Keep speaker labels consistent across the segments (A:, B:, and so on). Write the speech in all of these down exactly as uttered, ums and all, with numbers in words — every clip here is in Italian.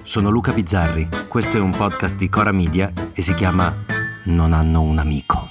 A: sono Luca Bizzarri, questo è un podcast di Cora Media e si chiama Non hanno un amico.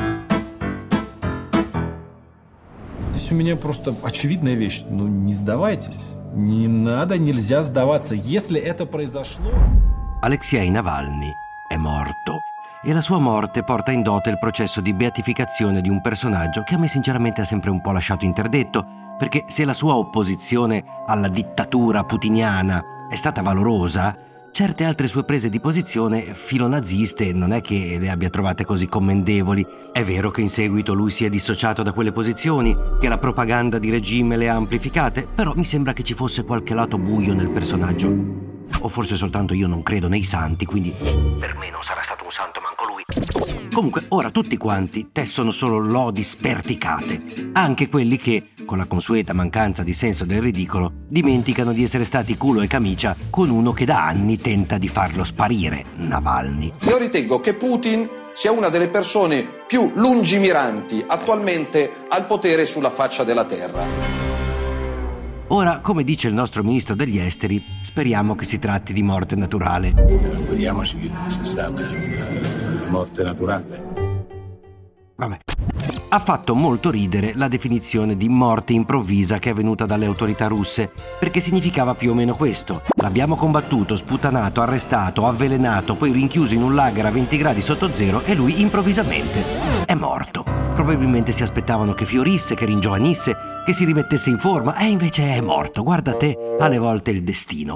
B: Здесь у меня просто очевидная вещь. Ну, не сдавайтесь. Не надо, нельзя сдаваться. Если это произошло...
A: Alexei Navalny è morto e la sua morte porta in dote il processo di beatificazione di un personaggio che a me sinceramente ha sempre un po' lasciato interdetto, perché se la sua opposizione alla dittatura putiniana è stata valorosa, certe altre sue prese di posizione filonaziste non è che le abbia trovate così commendevoli. È vero che in seguito lui si è dissociato da quelle posizioni, che la propaganda di regime le ha amplificate, però mi sembra che ci fosse qualche lato buio nel personaggio. O forse soltanto io non credo nei santi, quindi per me non sarà stato un santo manco lui. Comunque, ora tutti quanti tessono solo lodi sperticate, anche quelli che, con la consueta mancanza di senso del ridicolo, dimenticano di essere stati culo e camicia con uno che da anni tenta di farlo sparire, Navalny.
C: Io ritengo che Putin sia una delle persone più lungimiranti attualmente al potere sulla faccia della terra.
A: Ora, come dice il nostro ministro degli esteri, speriamo che si tratti di morte naturale.
D: Speriamoci che sia stata una morte naturale.
A: Vabbè. Ha fatto molto ridere la definizione di morte improvvisa che è venuta dalle autorità russe, perché significava più o meno questo. L'abbiamo combattuto, sputanato, arrestato, avvelenato, poi rinchiuso in un lager a venti gradi sotto zero e lui improvvisamente è morto. Probabilmente si aspettavano che fiorisse, che ringiovanisse, che si rimettesse in forma, e invece è morto. Guarda te, alle volte il destino.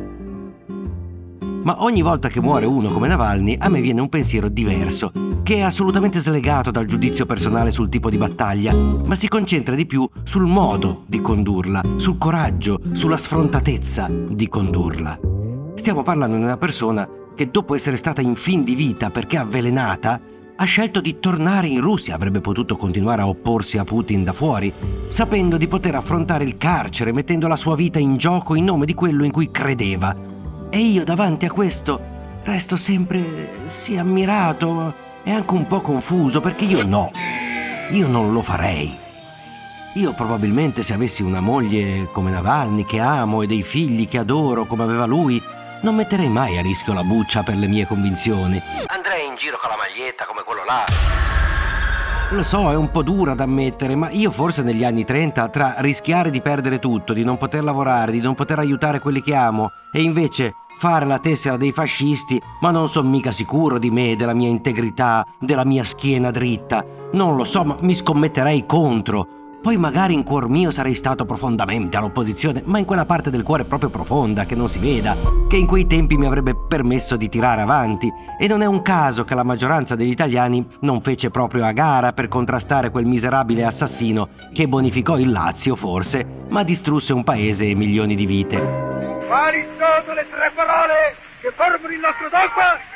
A: Ma ogni volta che muore uno come Navalny, a me viene un pensiero diverso, che è assolutamente slegato dal giudizio personale sul tipo di battaglia, ma si concentra di più sul modo di condurla, sul coraggio, sulla sfrontatezza di condurla. Stiamo parlando di una persona che, dopo essere stata in fin di vita perché avvelenata, ha scelto di tornare in Russia. Avrebbe potuto continuare a opporsi a Putin da fuori, sapendo di poter affrontare il carcere, mettendo la sua vita in gioco in nome di quello in cui credeva. E io davanti a questo resto sempre sì ammirato e anche un po' confuso, perché io no, io non lo farei. Io probabilmente, se avessi una moglie come Navalny che amo e dei figli che adoro come aveva lui, non metterei mai a rischio la buccia per le mie convinzioni. Andrei in giro con la maglietta come quello là. Lo so, è un po' dura da ammettere, ma io forse negli anni trenta, tra rischiare di perdere tutto, di non poter lavorare, di non poter aiutare quelli che amo, e invece fare la tessera dei fascisti, ma non son mica sicuro di me, della mia integrità, della mia schiena dritta. Non lo so, ma mi scommetterei contro. Poi magari in cuor mio sarei stato profondamente all'opposizione, ma in quella parte del cuore proprio profonda, che non si veda, che in quei tempi mi avrebbe permesso di tirare avanti. E non è un caso che la maggioranza degli italiani non fece proprio a gara per contrastare quel miserabile assassino che bonificò il Lazio, forse, ma distrusse un paese e milioni di vite.
E: Quali sono le tre parole che formano il nostro dogma?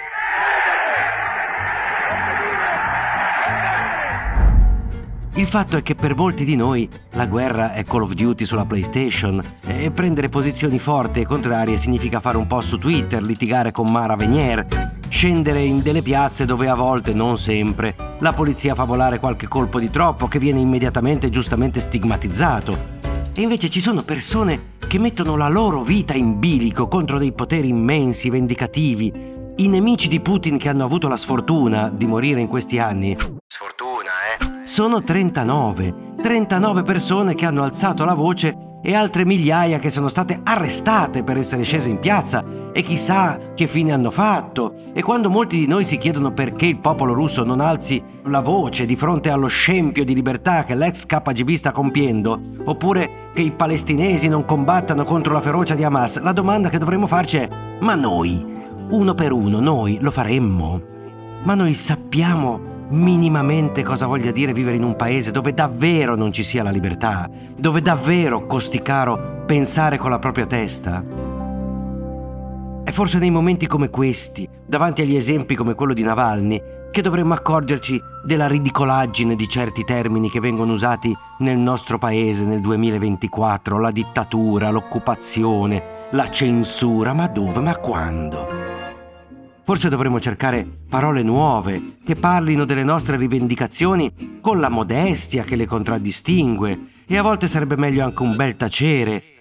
A: Il fatto è che per molti di noi la guerra è Call of Duty sulla PlayStation e prendere posizioni forti e contrarie significa fare un po' su Twitter, litigare con Mara Venier, scendere in delle piazze dove a volte, non sempre, la polizia fa volare qualche colpo di troppo che viene immediatamente e giustamente stigmatizzato. E invece ci sono persone che mettono la loro vita in bilico contro dei poteri immensi, vendicativi. I nemici di Putin che hanno avuto la sfortuna di morire in questi anni, sfortuna eh, sono trentanove. trentanove persone che hanno alzato la voce e altre migliaia che sono state arrestate per essere scese in piazza, e chissà che fine hanno fatto. E quando molti di noi si chiedono perché il popolo russo non alzi la voce di fronte allo scempio di libertà che l'ex K G B sta compiendo, oppure che i palestinesi non combattano contro la ferocia di Hamas, la domanda che dovremmo farci è: ma noi, uno per uno, noi lo faremmo? Ma noi sappiamo minimamente cosa voglia dire vivere in un paese dove davvero non ci sia la libertà, dove davvero costi caro pensare con la propria testa? È forse nei momenti come questi, davanti agli esempi come quello di Navalny, che dovremmo accorgerci della ridicolaggine di certi termini che vengono usati nel nostro paese nel duemilaventiquattro: la dittatura, l'occupazione, la censura. Ma dove? Ma quando? Forse dovremmo cercare parole nuove che parlino delle nostre rivendicazioni con la modestia che le contraddistingue, e a volte sarebbe meglio anche un bel tacere.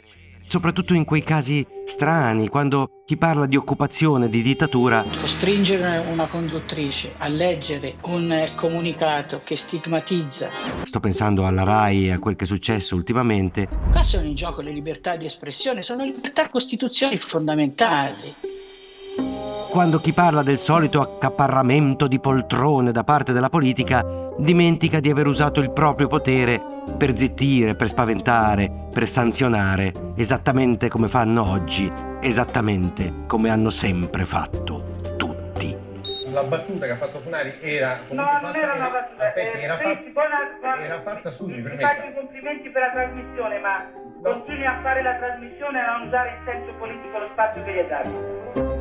A: soprattutto in quei casi strani, quando chi parla di occupazione, di dittatura.
F: Costringere una conduttrice a leggere un comunicato che stigmatizza.
A: Sto pensando alla RAI e a quel che è successo ultimamente.
F: Qua sono in gioco le libertà di espressione, sono libertà costituzionali fondamentali.
A: Quando chi parla del solito accaparramento di poltrone da parte della politica dimentica di aver usato il proprio potere per zittire, per spaventare, per sanzionare, esattamente come fanno oggi, esattamente come hanno sempre fatto tutti.
G: La battuta che ha fatto Funari era...
E: No, non era una battuta.
G: Aspetti, era,
E: eh,
G: fatta,
E: sì, buona,
G: era fatta su, mi
E: ti
G: permetta.
E: faccio i complimenti per la trasmissione, ma
G: No.
E: continui a fare la trasmissione e a non usare il senso politico lo spazio che gli hai dato.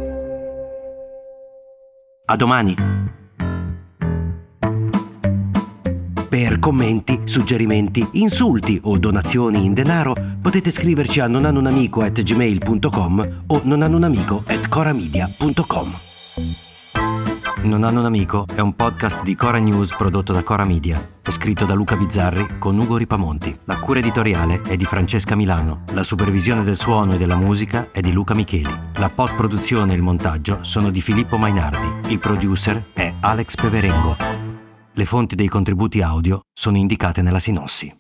A: A domani! Per commenti, suggerimenti, insulti o donazioni in denaro potete scriverci a nonhanunamico at gmail punto com o nonhanunamico at coramedia punto com. Non hanno un amico è un podcast di Cora News prodotto da Cora Media. È scritto da Luca Bizzarri con Ugo Ripamonti. La cura editoriale è di Francesca Milano. La supervisione del suono e della musica è di Luca Micheli. La post-produzione e il montaggio sono di Filippo Mainardi. Il producer è Alex Peverengo. Le fonti dei contributi audio sono indicate nella sinossi.